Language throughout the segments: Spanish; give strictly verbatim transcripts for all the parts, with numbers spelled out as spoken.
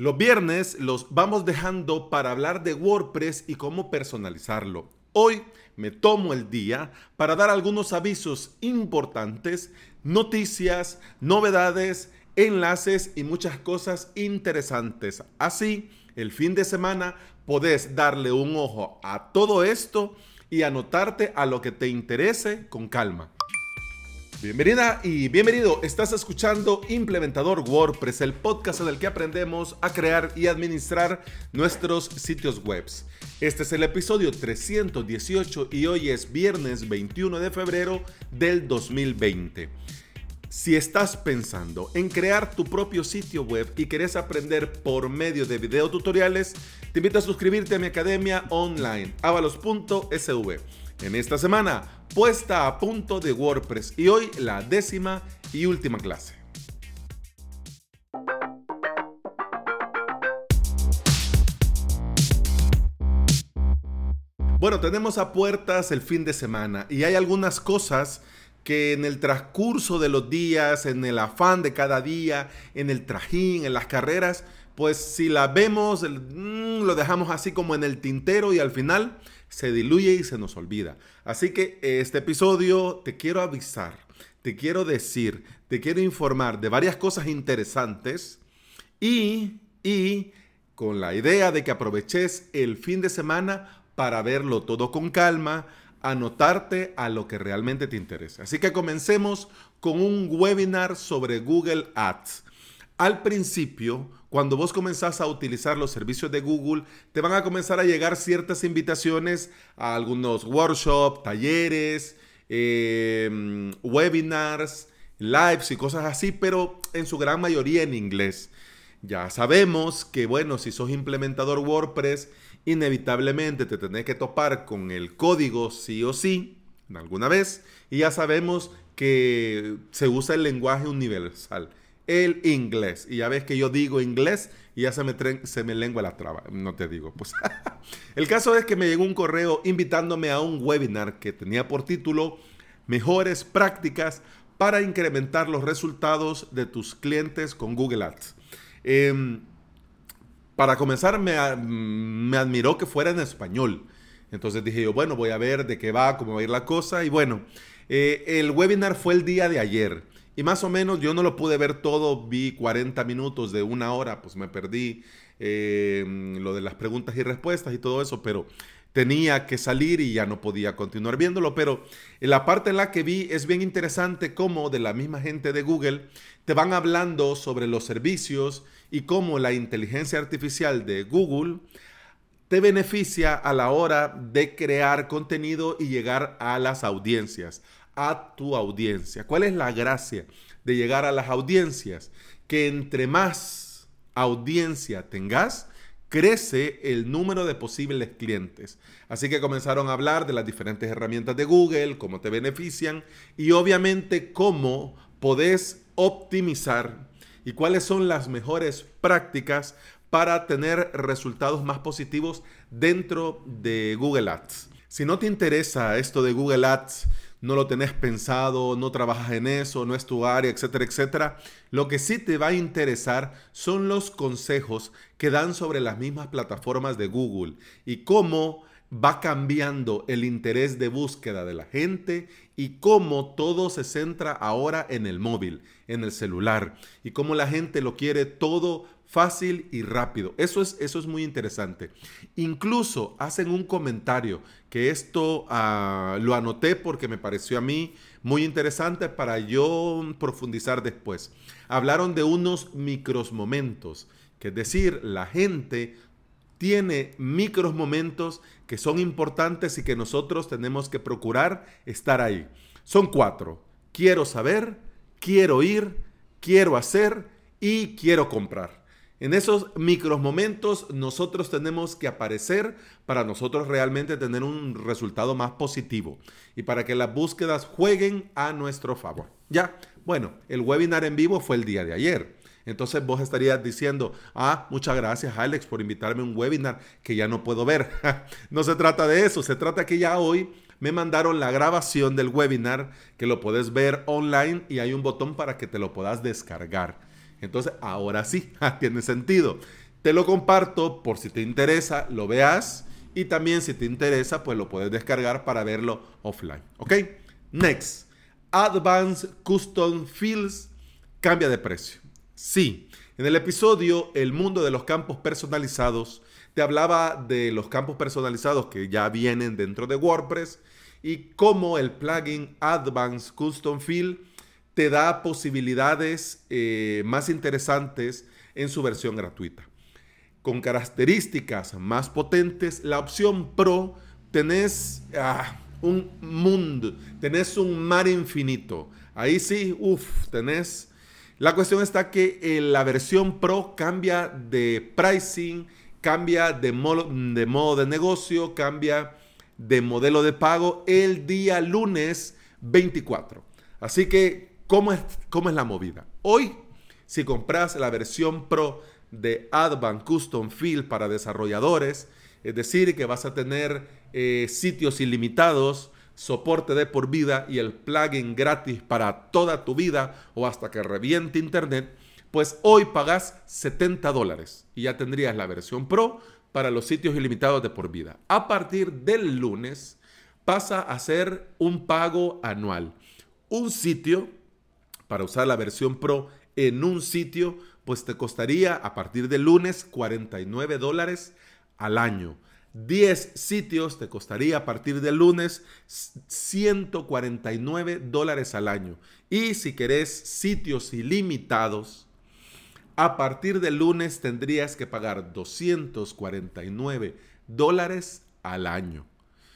Los viernes los vamos dejando para hablar de WordPress y cómo personalizarlo. Hoy me tomo el día para dar algunos avisos importantes, noticias, novedades, enlaces y muchas cosas interesantes. Así, el fin de semana podés darle un ojo a todo esto y anotarte a lo que te interese con calma. Bienvenida y bienvenido. Estás escuchando Implementador WordPress, el podcast en el que aprendemos a crear y administrar nuestros sitios web. Este es el episodio trescientos dieciocho y hoy es viernes veintiuno de febrero del dos mil veinte. Si estás pensando en crear tu propio sitio web y querés aprender por medio de videotutoriales, te invito a suscribirte a mi academia online, avalos punto s v. En esta semana, puesta a punto de WordPress y hoy la décima y última clase. Bueno, tenemos a puertas el fin de semana y hay algunas cosas que en el transcurso de los días, en el afán de cada día, en el trajín, en las carreras, pues si las vemos, el, mmm, lo dejamos así como en el tintero y al final se diluye y se nos olvida. Así que este episodio te quiero avisar, te quiero decir, te quiero informar de varias cosas interesantes y, y con la idea de que aproveches el fin de semana para verlo todo con calma, anotarte a lo que realmente te interesa. Así que comencemos con un webinar sobre Google Ads. Al principio, cuando vos comenzás a utilizar los servicios de Google, te van a comenzar a llegar ciertas invitaciones a algunos workshops, talleres, eh, webinars, lives y cosas así, pero en su gran mayoría en inglés. Ya sabemos que, bueno, si sos implementador WordPress, inevitablemente te tenés que topar con el código sí o sí, alguna vez, y ya sabemos que se usa el lenguaje universal, el inglés. Y ya ves que yo digo inglés y ya se me, tren, se me lengua la traba, no te digo. Pues el caso es que me llegó un correo invitándome a un webinar que tenía por título Mejores prácticas para incrementar los resultados de tus clientes con Google Ads. Eh, para comenzar, me, me admiró que fuera en español. Entonces dije yo, bueno, voy a ver de qué va, cómo va a ir la cosa. Y bueno, eh, el webinar fue el día de ayer. Y más o menos yo no lo pude ver todo, vi cuarenta minutos de una hora, pues me perdí eh, lo de las preguntas y respuestas y todo eso, pero tenía que salir y ya no podía continuar viéndolo. Pero en la parte en la que vi es bien interesante cómo de la misma gente de Google te van hablando sobre los servicios y cómo la inteligencia artificial de Google te beneficia a la hora de crear contenido y llegar a las audiencias, a tu audiencia. ¿Cuál es la gracia de llegar a las audiencias? Que entre más audiencia tengas, crece el número de posibles clientes. Así que comenzaron a hablar de las diferentes herramientas de Google, cómo te benefician y obviamente cómo podés optimizar y cuáles son las mejores prácticas para tener resultados más positivos dentro de Google Ads. Si no te interesa esto de Google Ads, no lo tenés pensado, no trabajas en eso, no es tu área, etcétera, etcétera, lo que sí te va a interesar son los consejos que dan sobre las mismas plataformas de Google y cómo va cambiando el interés de búsqueda de la gente y cómo todo se centra ahora en el móvil, en el celular y cómo la gente lo quiere todo fácil y rápido. Eso es, eso es muy interesante. Incluso hacen un comentario que esto uh, lo anoté porque me pareció a mí muy interesante para yo profundizar después. Hablaron de unos micros momentos, que es decir, la gente tiene micros momentos que son importantes y que nosotros tenemos que procurar estar ahí. Son cuatro. Quiero saber, quiero ir, quiero hacer y quiero comprar. En esos micros momentos nosotros tenemos que aparecer para nosotros realmente tener un resultado más positivo y para que las búsquedas jueguen a nuestro favor. Ya, bueno, el webinar en vivo fue el día de ayer. Entonces vos estarías diciendo, ah, muchas gracias Alex por invitarme a un webinar que ya no puedo ver. No se trata de eso, se trata que ya hoy me mandaron la grabación del webinar que lo puedes ver online y hay un botón para que te lo puedas descargar. Entonces, ahora sí, tiene sentido. Te lo comparto por si te interesa, lo veas. Y también si te interesa, pues lo puedes descargar para verlo offline. ¿Ok? Next. Advanced Custom Fields cambia de precio. Sí, en el episodio El mundo de los campos personalizados, te hablaba de los campos personalizados que ya vienen dentro de WordPress y cómo el plugin Advanced Custom Field te da posibilidades eh, más interesantes en su versión gratuita. Con características más potentes, la opción Pro tenés ah, un mundo, tenés un mar infinito. Ahí sí, uff, tenés... La cuestión está que eh, la versión Pro cambia de pricing, cambia de, mo de modo de negocio, cambia de modelo de pago el día lunes veinticuatro. Así que, ¿cómo es, cómo es la movida? Hoy, si compras la versión Pro de Advanced Custom Field para desarrolladores, es decir, que vas a tener eh, sitios ilimitados, soporte de por vida y el plugin gratis para toda tu vida o hasta que reviente internet, pues hoy pagas setenta dólares y ya tendrías la versión Pro para los sitios ilimitados de por vida. A partir del lunes pasa a ser un pago anual. Un sitio, para usar la versión Pro en un sitio, pues te costaría a partir del lunes cuarenta y nueve dólares al año. diez sitios te costaría a partir del lunes ciento cuarenta y nueve dólares al año. Y si querés sitios ilimitados, a partir del lunes tendrías que pagar doscientos cuarenta y nueve dólares al año.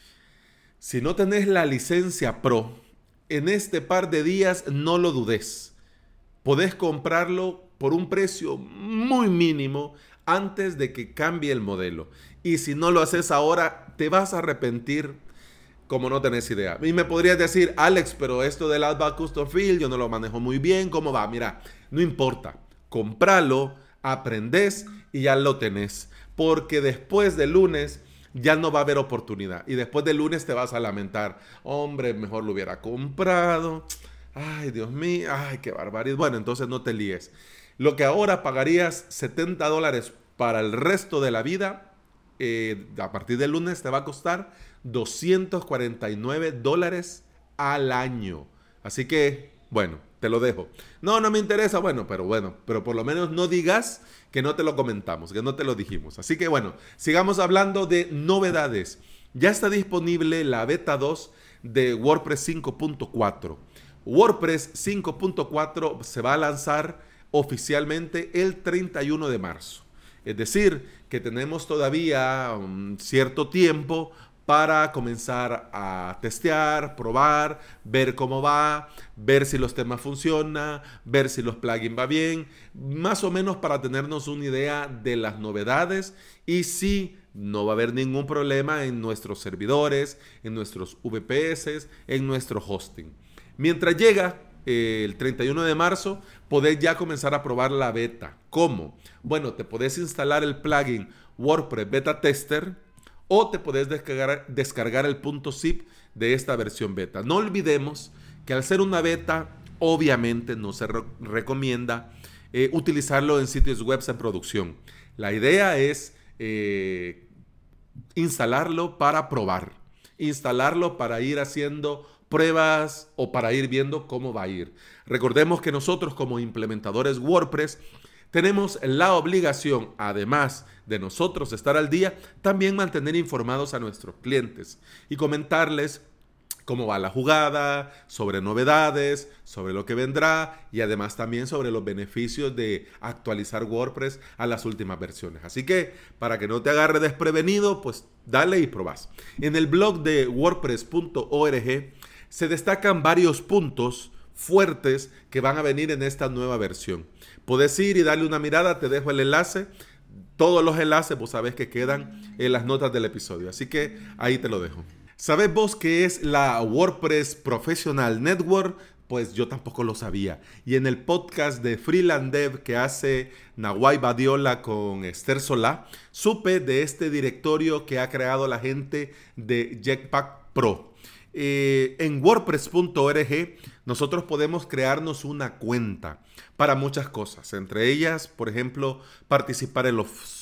Si no tenés la licencia Pro, en este par de días no lo dudes. Podés comprarlo por un precio muy mínimo antes de que cambie el modelo. Y si no lo haces ahora, te vas a arrepentir como no tenés idea. Y me podrías decir, Alex, pero esto del Advanced Custom Field yo no lo manejo muy bien. ¿Cómo va? Mira, no importa. Compralo, aprendés y ya lo tenés. Porque después del lunes ya no va a haber oportunidad. Y después del lunes te vas a lamentar. Hombre, mejor lo hubiera comprado. Ay, Dios mío. Ay, qué barbaridad. Bueno, entonces no te líes. Lo que ahora pagarías setenta dólares para el resto de la vida, eh, a partir del lunes te va a costar doscientos cuarenta y nueve dólares al año. Así que, bueno, te lo dejo. No, no me interesa, bueno, pero bueno, pero por lo menos no digas que no te lo comentamos, que no te lo dijimos. Así que bueno, sigamos hablando de novedades. Ya está disponible la beta dos de WordPress cinco punto cuatro. WordPress cinco punto cuatro se va a lanzar oficialmente el treinta y uno de marzo. Es decir, que tenemos todavía un cierto tiempo para comenzar a testear, probar, ver cómo va, ver si los temas funcionan, ver si los plugins va bien, más o menos para tenernos una idea de las novedades y si no va a haber ningún problema en nuestros servidores, en nuestros V P S, en nuestro hosting. Mientras llega eh, el treinta y uno de marzo, podés ya comenzar a probar la beta. ¿Cómo? Bueno, te podés instalar el plugin WordPress Beta Tester o te podés descargar, descargar el punto zip de esta versión beta. No olvidemos que al ser una beta, obviamente no se re recomienda eh, utilizarlo en sitios web en producción. La idea es eh, instalarlo para probar, instalarlo para ir haciendo pruebas o para ir viendo cómo va a ir. Recordemos que nosotros como implementadores WordPress tenemos la obligación, además de nosotros estar al día, también mantener informados a nuestros clientes y comentarles cómo va la jugada, sobre novedades, sobre lo que vendrá y además también sobre los beneficios de actualizar WordPress a las últimas versiones. Así que para que no te agarre desprevenido, pues dale y probás. En el blog de wordpress punto org se destacan varios puntos fuertes que van a venir en esta nueva versión. Puedes ir y darle una mirada, te dejo el enlace. Todos los enlaces vos sabés que quedan en las notas del episodio, así que ahí te lo dejo. ¿Sabés vos qué es la WordPress Professional Network? Pues yo tampoco lo sabía. Y en el podcast de Freelance Dev que hace Nawai Badiola con Esther Solá, supe de este directorio que ha creado la gente de Jetpack Pro. Eh, en wordpress punto org nosotros podemos crearnos una cuenta para muchas cosas, entre ellas, por ejemplo, participar en los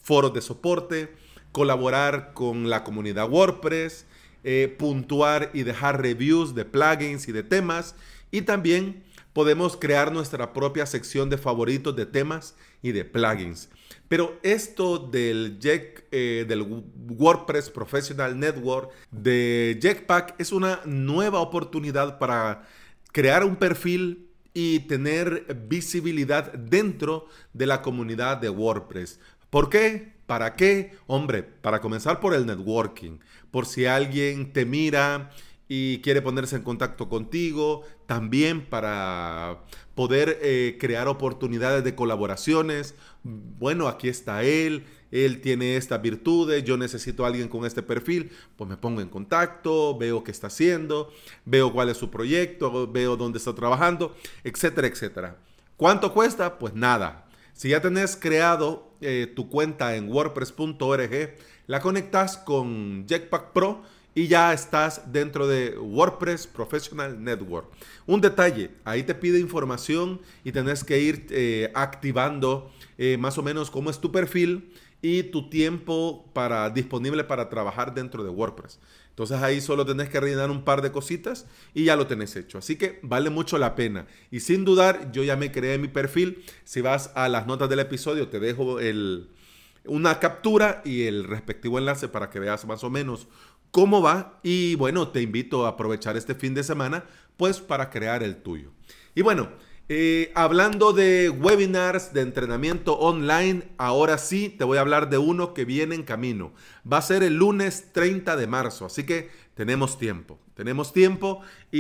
foros de soporte, colaborar con la comunidad WordPress, eh, puntuar y dejar reviews de plugins y de temas, y también podemos crear nuestra propia sección de favoritos de temas y de plugins. Pero esto del, Jack, eh, del WordPress Professional Network de Jetpack es una nueva oportunidad para crear un perfil y tener visibilidad dentro de la comunidad de WordPress. ¿Por qué? ¿Para qué? Hombre, para comenzar por el networking, por si alguien te mira y quiere ponerse en contacto contigo, también para poder eh, crear oportunidades de colaboraciones. Bueno, aquí está él, él tiene estas virtudes, yo necesito a alguien con este perfil, pues me pongo en contacto, veo qué está haciendo, veo cuál es su proyecto, veo dónde está trabajando, etcétera, etcétera. ¿Cuánto cuesta? Pues nada. Si ya tenés creado eh, tu cuenta en wordpress punto org, la conectas con Jetpack Pro y ya estás dentro de WordPress Professional Network. Un detalle, ahí te pide información y tenés que ir eh, activando eh, más o menos cómo es tu perfil y tu tiempo para, disponible para trabajar dentro de WordPress. Entonces ahí solo tenés que rellenar un par de cositas y ya lo tenés hecho. Así que vale mucho la pena. Y sin dudar, yo ya me creé mi perfil. Si vas a las notas del episodio, te dejo el, una captura y el respectivo enlace para que veas más o menos cómo va. Y bueno, te invito a aprovechar este fin de semana pues para crear el tuyo. Y bueno, Eh, hablando de webinars de entrenamiento online, ahora sí te voy a hablar de uno que viene en camino. Va a ser el lunes treinta de marzo, así que tenemos tiempo. Tenemos tiempo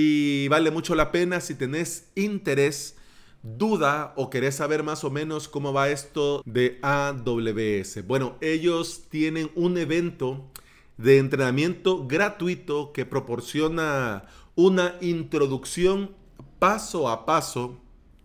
y vale mucho la pena si tenés interés, duda o querés saber más o menos cómo va esto de A W S. Bueno, ellos tienen un evento de entrenamiento gratuito que proporciona una introducción paso a paso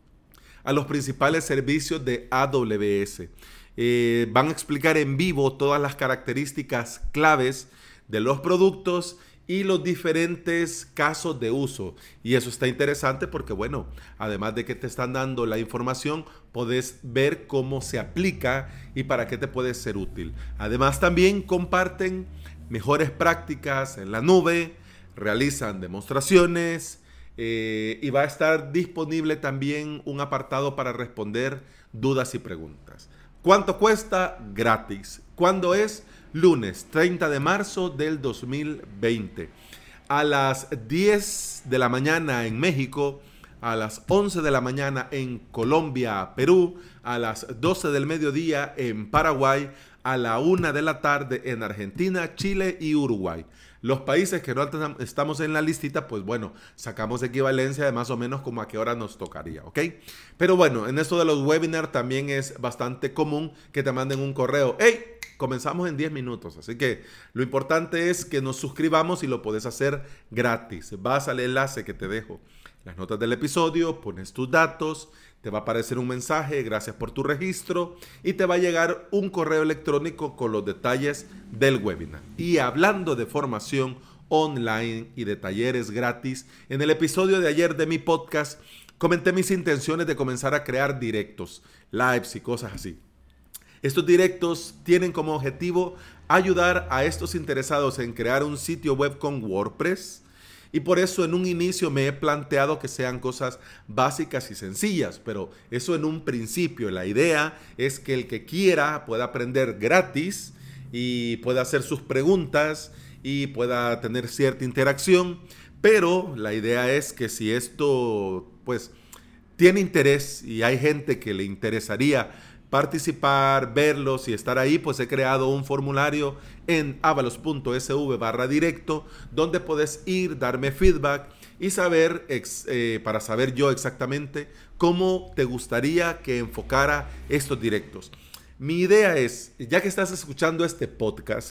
a los principales servicios de A W S. Eh, van a explicar en vivo todas las características claves de los productos y los diferentes casos de uso. Y eso está interesante porque, bueno, además de que te están dando la información, podés ver cómo se aplica y para qué te puede ser útil. Además, también comparten mejores prácticas en la nube, realizan demostraciones, Eh, y va a estar disponible también un apartado para responder dudas y preguntas. ¿Cuánto cuesta? Gratis. ¿Cuándo es? Lunes treinta de marzo del dos mil veinte. A las diez de la mañana en México, a las once de la mañana en Colombia, Perú, a las doce del mediodía en Paraguay, a la una de la tarde en Argentina, Chile y Uruguay. Los países que no estamos en la listita, pues bueno, sacamos equivalencia de más o menos como a qué hora nos tocaría, ¿ok? Pero bueno, en esto de los webinars también es bastante común que te manden un correo. ¡Hey! Comenzamos en diez minutos, así que lo importante es que nos suscribamos y lo podés hacer gratis. Vas al enlace que te dejo, las notas del episodio, pones tus datos, te va a aparecer un mensaje, gracias por tu registro, y te va a llegar un correo electrónico con los detalles del webinar. Y hablando de formación online y de talleres gratis, en el episodio de ayer de mi podcast comenté mis intenciones de comenzar a crear directos, lives y cosas así. Estos directos tienen como objetivo ayudar a estos interesados en crear un sitio web con WordPress. Y por eso en un inicio me he planteado que sean cosas básicas y sencillas, pero eso en un principio. La idea es que el que quiera pueda aprender gratis y pueda hacer sus preguntas y pueda tener cierta interacción, pero la idea es que si esto pues tiene interés y hay gente que le interesaría participar, verlos y estar ahí, pues he creado un formulario en avalos.sv barra directo donde puedes ir, darme feedback y saber, ex, eh, para saber yo exactamente cómo te gustaría que enfocara estos directos. Mi idea es, ya que estás escuchando este podcast,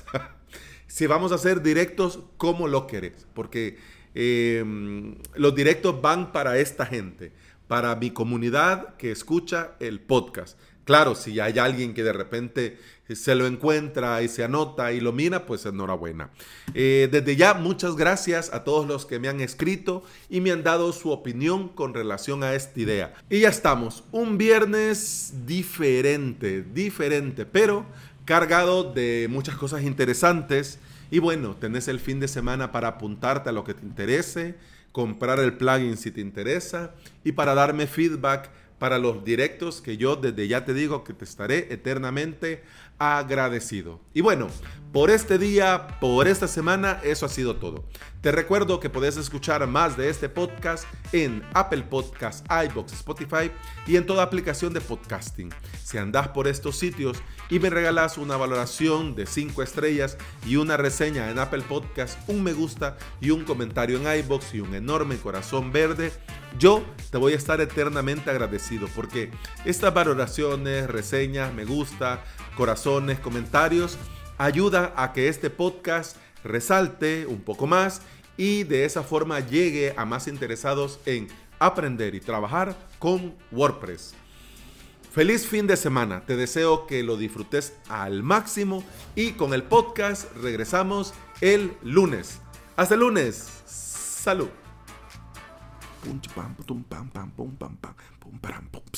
si vamos a hacer directos, ¿cómo lo querés? Porque eh, los directos van para esta gente, para mi comunidad que escucha el podcast. Claro, si hay alguien que de repente se lo encuentra y se anota y lo mira, pues enhorabuena. Eh, desde ya, muchas gracias a todos los que me han escrito y me han dado su opinión con relación a esta idea. Y ya estamos, un viernes diferente, diferente, pero cargado de muchas cosas interesantes. Y bueno, tenés el fin de semana para apuntarte a lo que te interese, comprar el plugin si te interesa y para darme feedback para los directos que yo desde ya te digo que te estaré eternamente agradecido. Y bueno, por este día, por esta semana, eso ha sido todo. Te recuerdo que podés escuchar más de este podcast en Apple Podcasts, iVoox, Spotify y en toda aplicación de podcasting. Si andás por estos sitios y me regalás una valoración de cinco estrellas y una reseña en Apple Podcasts, un me gusta y un comentario en iVoox y un enorme corazón verde, yo te voy a estar eternamente agradecido porque estas valoraciones, reseñas, me gusta, corazones, comentarios, ayuda a que este podcast resalte un poco más y de esa forma llegue a más interesados en aprender y trabajar con WordPress. Feliz fin de semana, te deseo que lo disfrutes al máximo y con el podcast regresamos el lunes. Hasta el lunes, salud. Pum, pam, pum, pam, pam, pum, pam, pam, pum, pam, pum.